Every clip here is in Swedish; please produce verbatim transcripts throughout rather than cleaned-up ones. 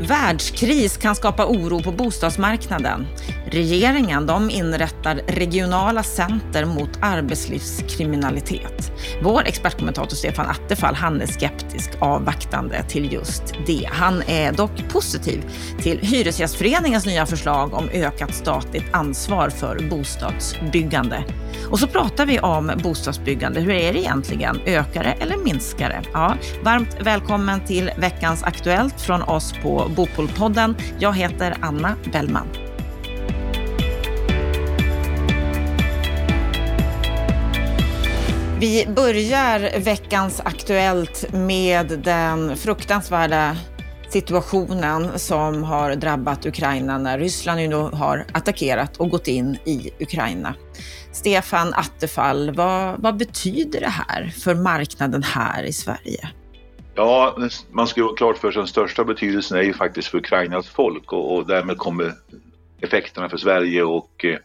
Världskris kan skapa oro på bostadsmarknaden. Regeringen de inrättar regionala center mot arbetslivskriminalitet. Vår expertkommentator Stefan Attefall, han är skeptisk avvaktande till just det. Han är dock positiv till Hyresgästföreningens nya förslag om ökat statligt ansvar för bostadsbyggande. Och så pratar vi om bostadsbyggande. Hur är det egentligen? Ökar det eller minskar det? Ja, varmt välkommen till veckans Aktuellt från oss på Bopolpodden. Jag heter Anna Bellman. Vi börjar veckans Aktuellt med den fruktansvärda situationen som har drabbat Ukraina när Ryssland nu har attackerat och gått in i Ukraina. Stefan Attefall, vad, vad betyder det här för marknaden här i Sverige? Ja, man ska ju ha klart för sig den största betydelsen är ju faktiskt för Ukrainas folk och, och därmed kommer effekterna för Sverige och eh,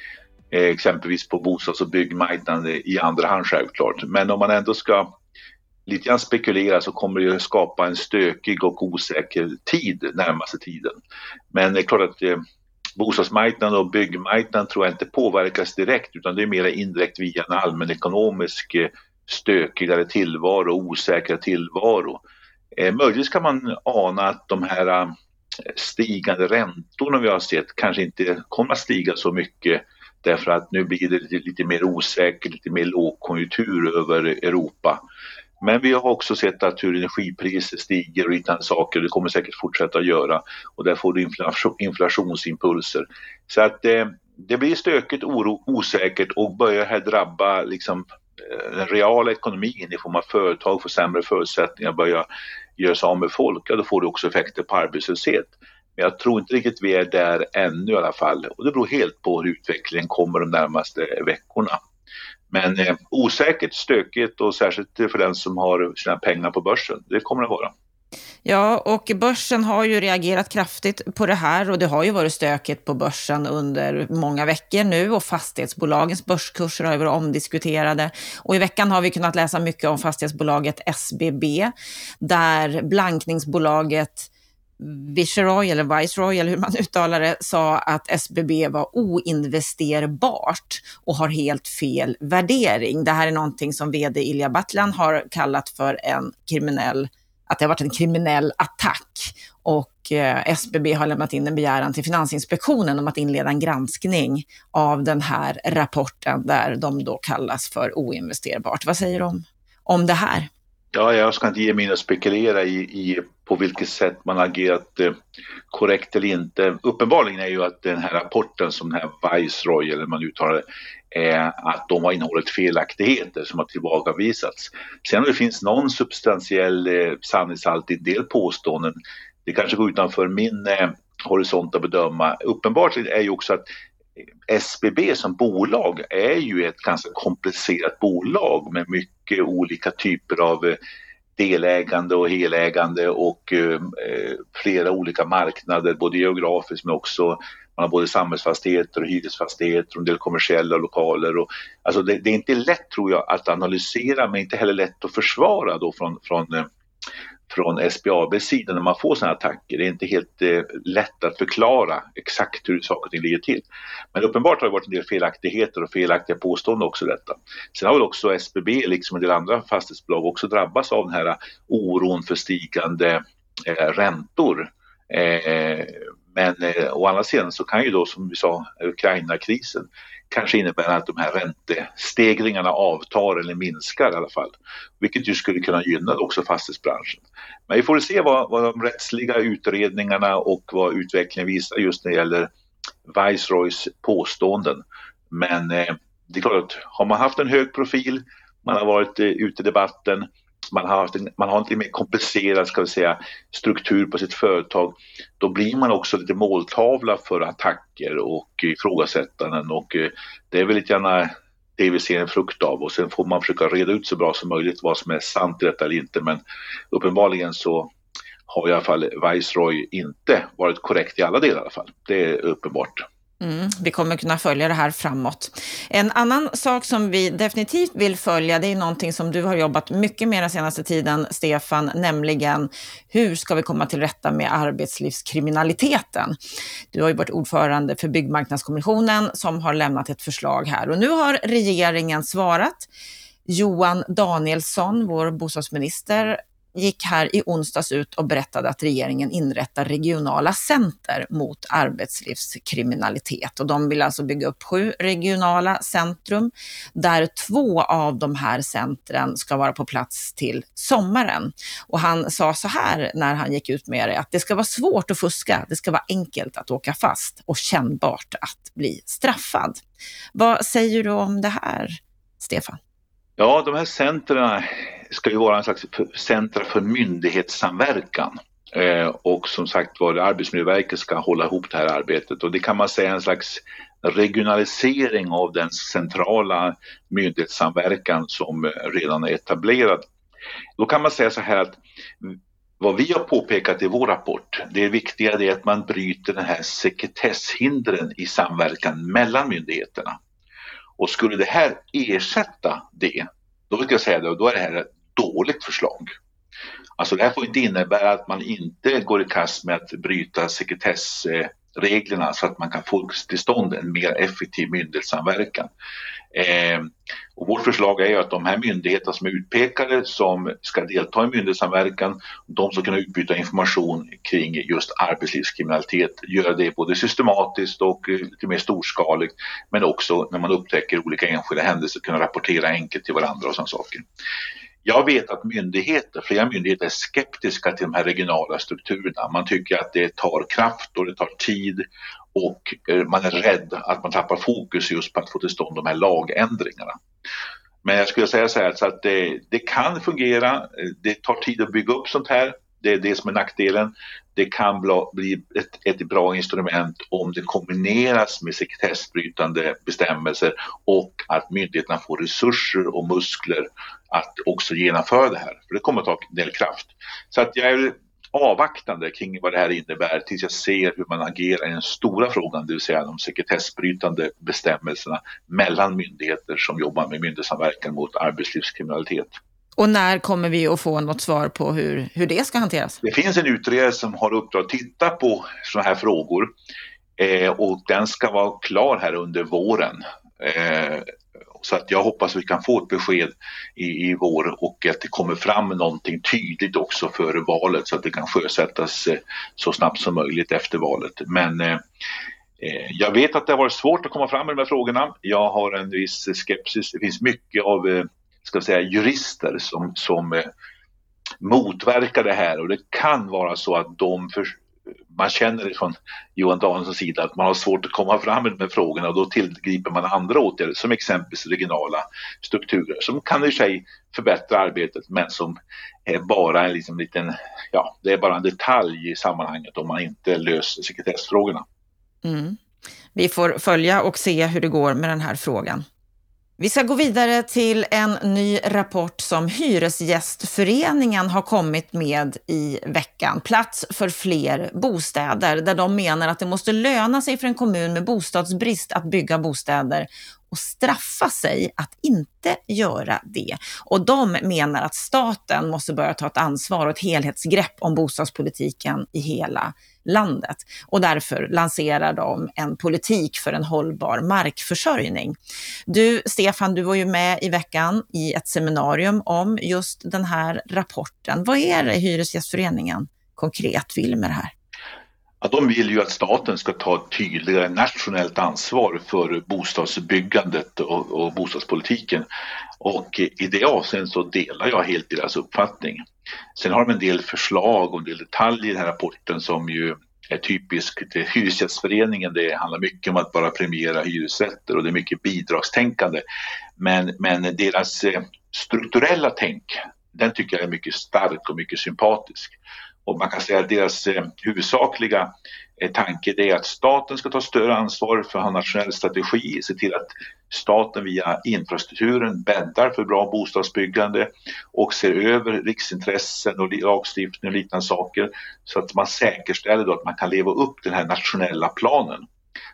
exempelvis på bostads- och byggmarknaden i andra hand självklart. Men om man ändå ska lite grann spekulera så kommer det ju skapa en stökig och osäker tid närmaste tiden. Men det är klart att eh, bostadsmarknaden och byggmarknaden tror jag inte påverkas direkt, utan det är mer indirekt via en allmän ekonomisk eh, stökigare tillvaro och osäker tillvaro. Eh, möjligtvis kan man ana att de här eh, stigande räntorna vi har sett kanske inte kommer att stiga så mycket, därför att nu blir det lite, lite mer osäkert, lite mer lågkonjunktur över Europa. Men vi har också sett att hur energipriser stiger och liknande saker. Det kommer säkert fortsätta att göra. Och där får du inflation, inflationsimpulser. Så att eh, det blir stökigt, oro, osäkert och börjar här drabba liksom, eh, den reala ekonomin i form av företag får sämre förutsättningar, börjar göra sig av med folk. Ja, då får du också effekter på arbetslöshet. Men jag tror inte riktigt vi är där ännu i alla fall. Och det beror helt på hur utvecklingen kommer de närmaste veckorna. Men eh, osäkert, stökigt och särskilt för den som har sina pengar på börsen. Det kommer det vara. Ja, och börsen har ju reagerat kraftigt på det här och det har ju varit stökigt på börsen under många veckor nu och fastighetsbolagens börskurser har ju varit omdiskuterade. Och i veckan har vi kunnat läsa mycket om fastighetsbolaget S B B där blankningsbolaget Viceroy eller Viceroy eller hur man uttalar det sa att S B B var oinvesterbart och har helt fel värdering. Det här är någonting som vd Ilja Batljan har kallat för en kriminell, att det har varit en kriminell attack och eh, S B B har lämnat in en begäran till Finansinspektionen om att inleda en granskning av den här rapporten där de då kallas för oinvesterbart. Vad säger de om det här? Ja, jag ska inte ge mig in och spekulera i, i på vilket sätt man agerat eh, korrekt eller inte. Uppenbarligen är ju att den här rapporten som den här Viceroy eller man uttalar det, är att de har innehållit felaktigheter som har tillbakavisats. Sen om det finns någon substantiell eh, sanningshalt i en del påståenden, det kanske går utanför min eh, horisont att bedöma. Uppenbart är ju också att S B B som bolag är ju ett ganska komplicerat bolag med mycket olika typer av delägande och helägande och eh, flera olika marknader, både geografiskt men också man har både samhällsfastigheter och hyresfastigheter och en del kommersiella lokaler. Och, alltså det, det är inte lätt tror jag att analysera men inte heller lätt att försvara då från, från eh, från S B A B-sidan när man får sådana attacker. Det är inte helt eh, lätt att förklara exakt hur saker och ting ligger till. Men uppenbart har det varit en del felaktigheter och felaktiga påståenden också detta. Sen har väl också S B B liksom en del andra fastighetsbolag också drabbats av den här oron för stigande eh, räntor. Eh, men eh, å andra sidan så kan ju då som vi sa Ukraina-krisen kanske innebär att de här räntestegringarna avtar eller minskar i alla fall. Vilket ju skulle kunna gynna också fastighetsbranschen. Men vi får se vad, vad de rättsliga utredningarna och vad utvecklingen visar just när det gäller Viceroys påståenden. Men eh, det är klart att har man haft en hög profil, man har varit eh, ute i debatten, man har, haft en, man har en lite mer komplicerad ska vi säga, struktur på sitt företag, då blir man också lite måltavla för attacker och ifrågasättanden och eh, det är väl lite gärna det vi ser en frukt av och sen får man försöka reda ut så bra som möjligt vad som är sant i detta eller inte, men uppenbarligen så har i alla fall Viceroy inte varit korrekt i alla delar i alla fall, det är uppenbart. Mm, vi kommer kunna följa det här framåt. En annan sak som vi definitivt vill följa, det är någonting som du har jobbat mycket med den senaste tiden, Stefan, nämligen hur ska vi komma till rätta med arbetslivskriminaliteten? Du har ju varit ordförande för Byggmarknadskommissionen som har lämnat ett förslag här och nu har regeringen svarat. Johan Danielsson, vår bostadsminister, gick här i onsdags ut och berättade att regeringen inrättar regionala center mot arbetslivskriminalitet. Och de vill alltså bygga upp sju regionala centrum där två av de här centren ska vara på plats till sommaren. Och han sa så här när han gick ut med det, att det ska vara svårt att fuska, det ska vara enkelt att åka fast och kännbart att bli straffad. Vad säger du om det här, Stefan? Ja, de här centren ska ju vara en slags centra för myndighetssamverkan. Eh, och som sagt var, Arbetsmiljöverket ska hålla ihop det här arbetet. Och det kan man säga är en slags regionalisering av den centrala myndighetssamverkan som redan är etablerad. Då kan man säga så här att vad vi har påpekat i vår rapport, det viktiga är att man bryter den här sekretesshindren i samverkan mellan myndigheterna. Och skulle det här ersätta det, då vill jag säga det, då är det här ett dåligt förslag. Alltså det här får inte innebära att man inte går i kast med att bryta sekretessreglerna så att man kan få till stånd en mer effektiv myndighetssamverkan. Eh, och vårt förslag är ju att de här myndigheterna som är utpekade som ska delta i myndighetssamverkan, de ska kunna utbyta information kring just arbetslivskriminalitet, göra det både systematiskt och lite mer storskaligt, men också när man upptäcker olika enskilda händelser kunna rapportera enkelt till varandra och sådana saker. Jag vet att myndigheter, flera myndigheter är skeptiska till de här regionala strukturerna. Man tycker att det tar kraft och det tar tid och man är rädd att man tappar fokus just på att få till stånd de här lagändringarna. Men jag skulle säga så här så att det, det kan fungera, det tar tid att bygga upp sånt här. Det är det som är nackdelen. Det kan bli ett, ett bra instrument om det kombineras med sekretessbrytande bestämmelser och att myndigheterna får resurser och muskler att också genomföra det här. För det kommer att ta en del kraft. Så att jag är avvaktande kring vad det här innebär tills jag ser hur man agerar i den stora frågan, det vill säga de sekretessbrytande bestämmelserna mellan myndigheter som jobbar med myndighetssamverkan mot arbetslivskriminalitet. Och när kommer vi att få något svar på hur, hur det ska hanteras? Det finns en utredare som har uppdrag att titta på sådana här frågor eh, och den ska vara klar här under våren. Eh, så att jag hoppas att vi kan få ett besked i, i vår och att det kommer fram någonting tydligt också före valet så att det kan sjösättas eh, så snabbt som möjligt efter valet. Men eh, jag vet att det har varit svårt att komma fram med de här frågorna. Jag har en viss skepsis. Det finns mycket av eh, ska säga, jurister som, som eh, motverkar det här och det kan vara så att de för, man känner från Johan Danielssons sida att man har svårt att komma fram med de här frågorna och då tillgriper man andra åtgärder som exempelvis regionala strukturer som kan i sig förbättra arbetet men som är bara en liksom liten, ja, det är bara en detalj i sammanhanget om man inte löser sekretessfrågorna. Mm. Vi får följa och se hur det går med den här frågan. Vi ska gå vidare till en ny rapport som Hyresgästföreningen har kommit med i veckan. Plats för fler bostäder, där de menar att det måste löna sig för en kommun med bostadsbrist att bygga bostäder och straffa sig att inte göra det. Och de menar att staten måste börja ta ett ansvar och ett helhetsgrepp om bostadspolitiken i hela landet. Och därför lanserar de en politik för en hållbar markförsörjning. Du, Stefan, du var ju med i veckan i ett seminarium om just den här rapporten. Vad är det Hyresgästföreningen konkret vill med det här? Ja, de vill ju att staten ska ta ett tydligare nationellt ansvar för bostadsbyggandet och, och bostadspolitiken. Och i det avseendet så delar jag helt deras uppfattning. Sen har de en del förslag och en del detaljer i den här rapporten som ju är typiskt till Hyresgästföreningen. Det handlar mycket om att bara premiera hyresrätter och det är mycket bidragstänkande. Men, men deras strukturella tänk, den tycker jag är mycket stark och mycket sympatisk. Och man kan säga att deras eh, huvudsakliga eh, tanke är att staten ska ta större ansvar för en nationell strategi, se till att staten via infrastrukturen bäddar för bra bostadsbyggande och ser över riksintressen och lagstiftning och liknande saker så att man säkerställer då att man kan leva upp till den här nationella planen.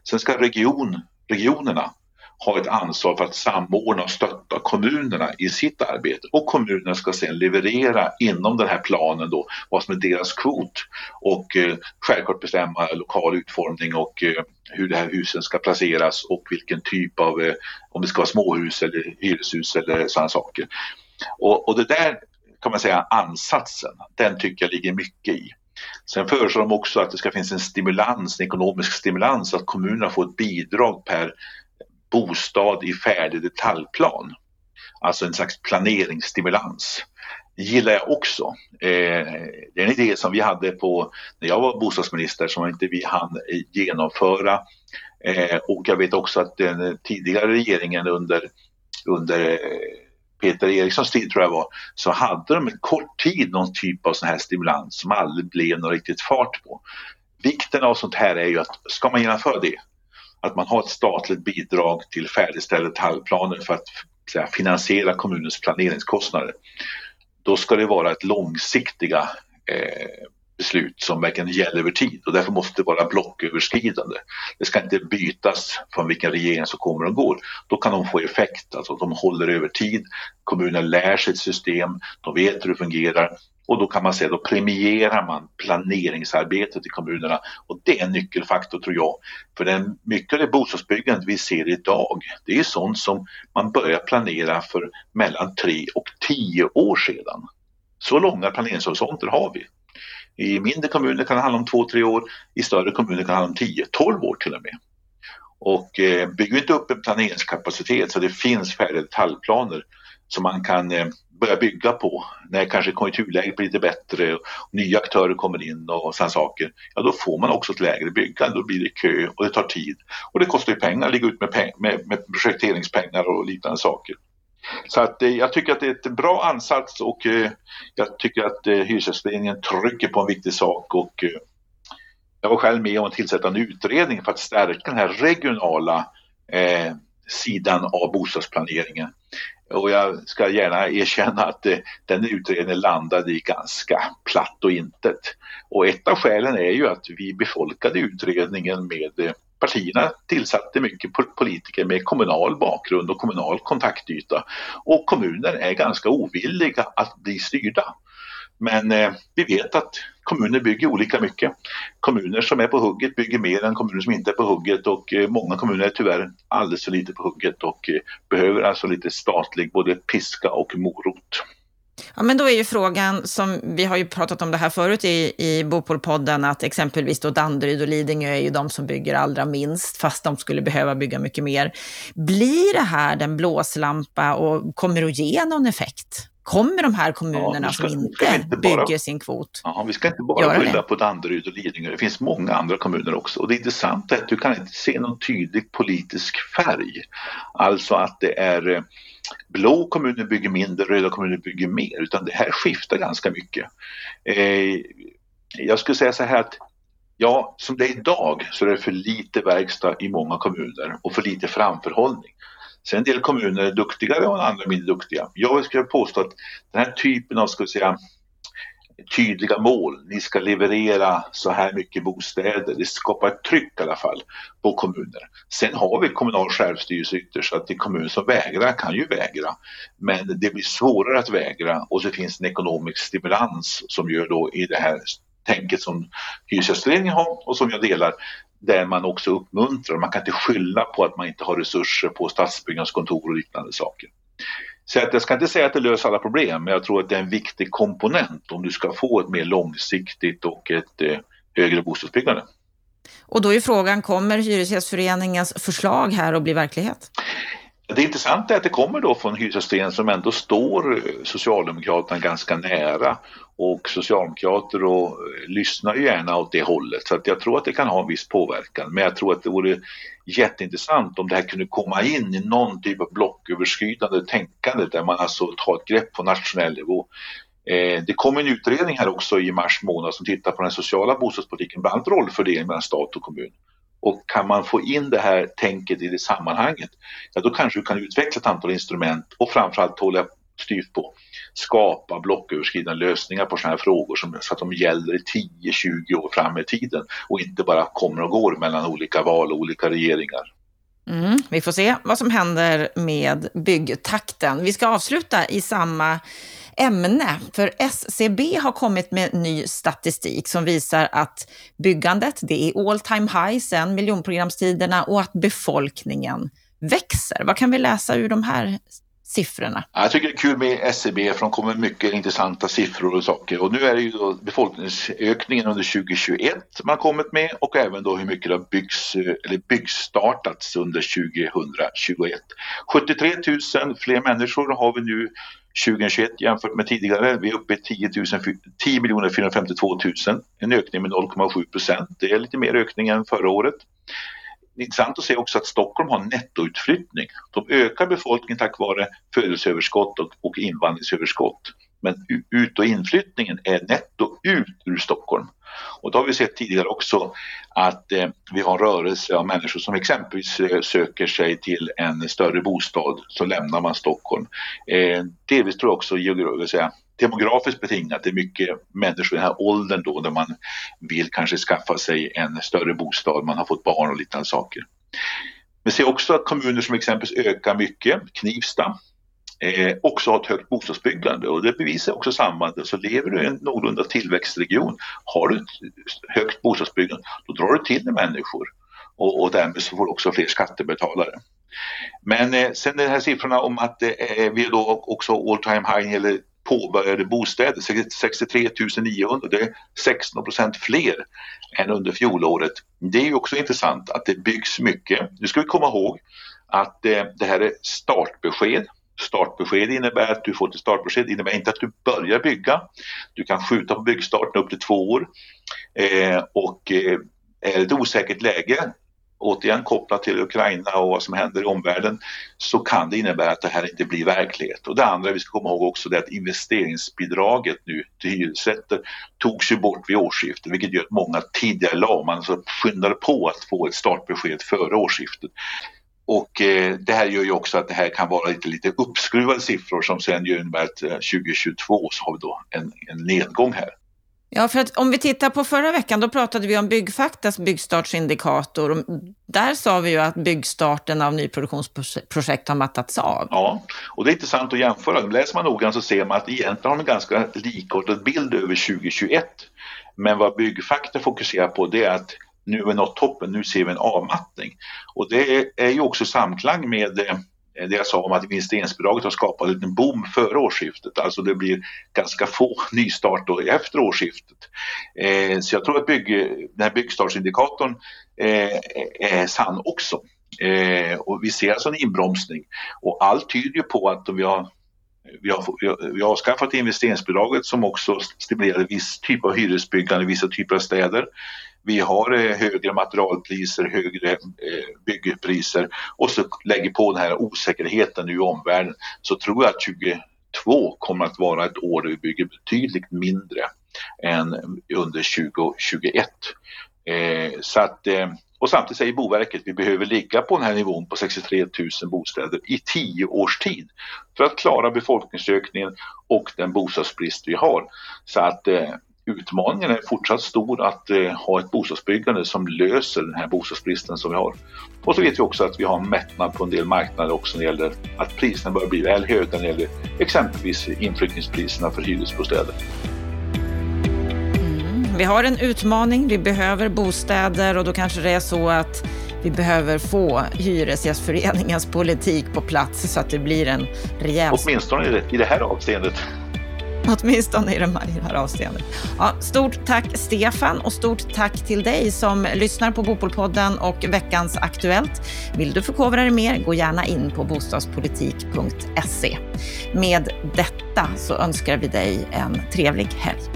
Sen ska region, regionerna ha ett ansvar för att samordna och stötta kommunerna i sitt arbete, och kommunerna ska sedan leverera inom den här planen då vad som är deras kvot och eh, självklart bestämma lokal utformning och eh, hur det här husen ska placeras och vilken typ av, eh, om det ska vara småhus eller hyreshus eller sådana saker. Och, och det där kan man säga ansatsen, den tycker jag ligger mycket i. Sen föreslår de också att det ska finnas en stimulans, en ekonomisk stimulans, att kommunerna får ett bidrag per bostad i färdig detaljplan. Alltså en slags planeringsstimulans. Det gillar jag också. Eh, det är en idé som vi hade på när jag var bostadsminister som inte vi hann genomföra. Eh, och jag vet också att den tidigare regeringen under, under eh, Peter Erikssons tid tror jag var, så hade de en kort tid någon typ av sån här stimulans som aldrig blev någon riktigt fart på. Vikten av sånt här är ju att ska man genomföra det, att man har ett statligt bidrag till färdigställda detaljplaner för att säga, finansiera kommunens planeringskostnader. Då ska det vara ett långsiktiga eh, beslut som verkligen gäller över tid, och därför måste det vara blocköverskridande. Det ska inte bytas från vilken regering som kommer och går. Då kan de få effekt, alltså att de håller över tid, kommunerna lär sig ett system, de vet hur det fungerar. Och då kan man säga, då premierar man planeringsarbetet i kommunerna. Och det är en nyckelfaktor tror jag. För den, mycket av det bostadsbyggandet vi ser idag, det är sånt som man börjar planera för mellan tre och tio år sedan. Så långa planeringshorisonter har vi. I mindre kommuner kan det handla om två, tre år. I större kommuner kan det handla om tio, tolv år till och med. Och eh, bygger inte upp en planeringskapacitet så det finns färdiga detaljplaner som man kan eh, börja bygga på när kanske konjunkturläget blir lite bättre och nya aktörer kommer in och sådana saker, ja då får man också ett lägre byggande, då blir det kö och det tar tid och det kostar ju pengar att ligga ut med, peng- med, med projekteringspengar och liknande saker. Så att eh, jag tycker att det är ett bra ansats och eh, jag tycker att eh, Hyresgästföreningen trycker på en viktig sak och eh, jag var själv med om att tillsätta en utredning för att stärka den här regionala eh, sidan av bostadsplaneringen. Och jag ska gärna erkänna att eh, den utredningen landade i ganska platt och intet. Och ett av skälen är ju att vi befolkade utredningen med eh, partierna tillsatte mycket politiker med kommunal bakgrund och kommunal kontaktyta. Och kommuner är ganska ovilliga att bli styrda. Men eh, vi vet att kommuner bygger olika mycket. Kommuner som är på hugget bygger mer än kommuner som inte är på hugget och eh, många kommuner är tyvärr alldeles för lite på hugget och eh, behöver alltså lite statlig både piska och morot. Ja, men då är ju frågan, som vi har ju pratat om det här förut i, i Bopolpodden, att exempelvis då Danderyd och Lidingö är ju de som bygger allra minst, fast de skulle behöva bygga mycket mer. Blir det här den blåslampa och kommer att ge någon effekt? Kommer de här kommunerna ja, ska, som inte, inte bara, bygger sin kvot? Ja, vi ska inte bara skylla på Danderyd och Lidingö. Det finns många andra kommuner också. Och det intressanta är att du kan inte se någon tydlig politisk färg. Alltså att det är blå kommuner bygger mindre, röda kommuner bygger mer. Utan det här skiftar ganska mycket. Eh, jag skulle säga så här att ja, som det är idag så är det för lite verkstad i många kommuner och för lite framförhållning. Sen en del kommuner är duktigare och andra mindre duktiga. Jag skulle påstå att den här typen av, ska jag säga, tydliga mål, ni ska leverera så här mycket bostäder, det skapar ett tryck i alla fall på kommuner. Sen har vi kommunal självstyrelse ytterst, så att det kommuner som vägrar kan ju vägra. Men det blir svårare att vägra och så finns en ekonomisk stimulans som gör då i det här tänket som Hyresgästföreningen har och som jag delar, där man också uppmuntrar. Man kan inte skylla på att man inte har resurser på stadsbyggnadskontor och liknande saker. Så att jag ska inte säga att det löser alla problem, men jag tror att det är en viktig komponent om du ska få ett mer långsiktigt och ett eh, högre bostadsbyggande. Och då är frågan, kommer Hyresgästföreningens förslag här att bli verklighet? Det intressanta är att det kommer då från Hyresgästföreningen som ändå står Socialdemokraterna ganska nära, och Socialdemokrater och lyssnar ju gärna åt det hållet, så att jag tror att det kan ha en viss påverkan. Men jag tror att det vore jätteintressant om det här kunde komma in i någon typ av blocköverskridande tänkande där man alltså tar ett grepp på nationell nivå. Eh, det kom en utredning här också i mars månad som tittar på den sociala bostadspolitiken, bland annat rollfördelning mellan stat och kommun. Och kan man få in det här tänket i det sammanhanget, ja då kanske du kan utveckla ett antal instrument och framförallt hålla styvt på. Skapa blocköverskridande lösningar på sådana här frågor som, så att de gäller i tio till tjugo år fram i tiden och inte bara kommer och går mellan olika val och olika regeringar. Mm, vi får se vad som händer med byggtakten. Vi ska avsluta i samma ämne, för S C B har kommit med ny statistik som visar att byggandet, det är all time high sedan miljonprogramstiderna och att befolkningen växer. Vad kan vi läsa ur de här siffrorna? Jag tycker det är kul med S C B för de kommer mycket intressanta siffror och saker. Och nu är det ju då befolkningsökningen under tjugo tjugoett man har kommit med och även då hur mycket det har byggs, eller byggstartats under tjugo tjugoett. sjuttiotre tusen fler människor har vi nu tjugo tjugoett jämfört med tidigare. Vi är uppe i tio miljoner fyrahundrafemtiotvå tusen, en ökning med noll komma sju procent. Det är lite mer ökning än förra året. Det är intressant att se också att Stockholm har nettoutflyttning. De ökar befolkningen tack vare födelseöverskott och, och invandringsöverskott. Men ut- och inflyttningen är netto ut ur Stockholm. Och då har vi sett tidigare också att eh, vi har rörelse av människor som exempelvis eh, söker sig till en större bostad, så lämnar man Stockholm. Eh, delvis tror jag också geografiskt, säga, demografiskt betingat. Det är mycket människor i den här åldern då där man vill kanske skaffa sig en större bostad, man har fått barn och liknande saker. Vi ser också att kommuner som exempelvis ökar mycket, Knivsta, Eh, också har ett högt bostadsbyggande, och det bevisar också sambandet. Så lever du i en någorlunda tillväxtregion, har du ett högt bostadsbyggande, då drar du till dig människor och, och därmed så får du också fler skattebetalare. Men eh, sen den här siffrorna om att eh, vi är då också all time high eller påbörjade bostäder, sextiotre tusen niohundra, det är sexton procent fler än under fjolåret. Det är ju också intressant att det byggs mycket. Nu ska vi komma ihåg att eh, det här är startbesked. Startbesked innebär att du får ett startbesked, innebär inte att du börjar bygga. Du kan skjuta på byggstarten upp till två år. Eh, och eh, är det ett osäkert läge, återigen kopplat till Ukraina och vad som händer i omvärlden, så kan det innebära att det här inte blir verklighet. Och det andra vi ska komma ihåg också är att investeringsbidraget nu till hyresrätter togs ju bort vid årsskiftet, vilket gör att många tidigare la man så skyndade på att få ett startbesked före årsskiftet. Och eh, det här gör ju också att det här kan vara lite, lite uppskruvade siffror som sen gör att eh, tjugo tjugotvå så har vi då en, en nedgång här. Ja, för att om vi tittar på förra veckan, då pratade vi om Byggfaktas byggstartsindikator. Och där sa vi ju att byggstarten av nyproduktionsprojekt har mattats av. Ja, och det är intressant att jämföra. Läser man noggrant så ser man att egentligen har de en ganska likartad bild över tjugo tjugoett. Men vad Byggfakta fokuserar på, det är att nu är vi nått toppen, nu ser vi en avmattning. Och det är ju också samklang med det jag sa om att investeringsbidraget har skapat en liten boom före årsskiftet. Alltså det blir ganska få nystart då efter årsskiftet. Eh, så jag tror att bygg, den här byggstartsindikatorn eh, är sann också. Eh, och vi ser alltså en inbromsning. Och allt tyder ju på att vi har Vi har, vi har avskaffat investeringsbidraget som också stimulerar viss typ av hyresbyggande i vissa typer av städer. Vi har eh, högre materialpriser, högre eh, byggpriser, och så lägger på den här osäkerheten i omvärlden, så tror jag att tjugotvå kommer att vara ett år där vi bygger betydligt mindre än under tjugo tjugoett. Eh, så att, eh, och samtidigt säger Boverket att vi behöver ligga på den här nivån på sextiotre tusen bostäder i tio års tid för att klara befolkningsökningen och den bostadsbrist vi har. Så att eh, utmaningen är fortsatt stor att eh, ha ett bostadsbyggande som löser den här bostadsbristen som vi har. Och så vet vi också att vi har en mättnad på en del marknader också när det gäller att priserna börjar bli väl höga när det gäller exempelvis inflyttningspriserna för hyresbostäder. Vi har en utmaning, vi behöver bostäder, och då kanske det är så att vi behöver få Hyresgästföreningens politik på plats så att det blir en rejäl... Åtminstone i det här avsteendet. Åtminstone i det här avsteendet. Ja, stort tack Stefan, och stort tack till dig som lyssnar på Bopolpodden och veckans Aktuellt. Vill du förkovra dig mer, gå gärna in på bostadspolitik punkt se. Med detta så önskar vi dig en trevlig helg.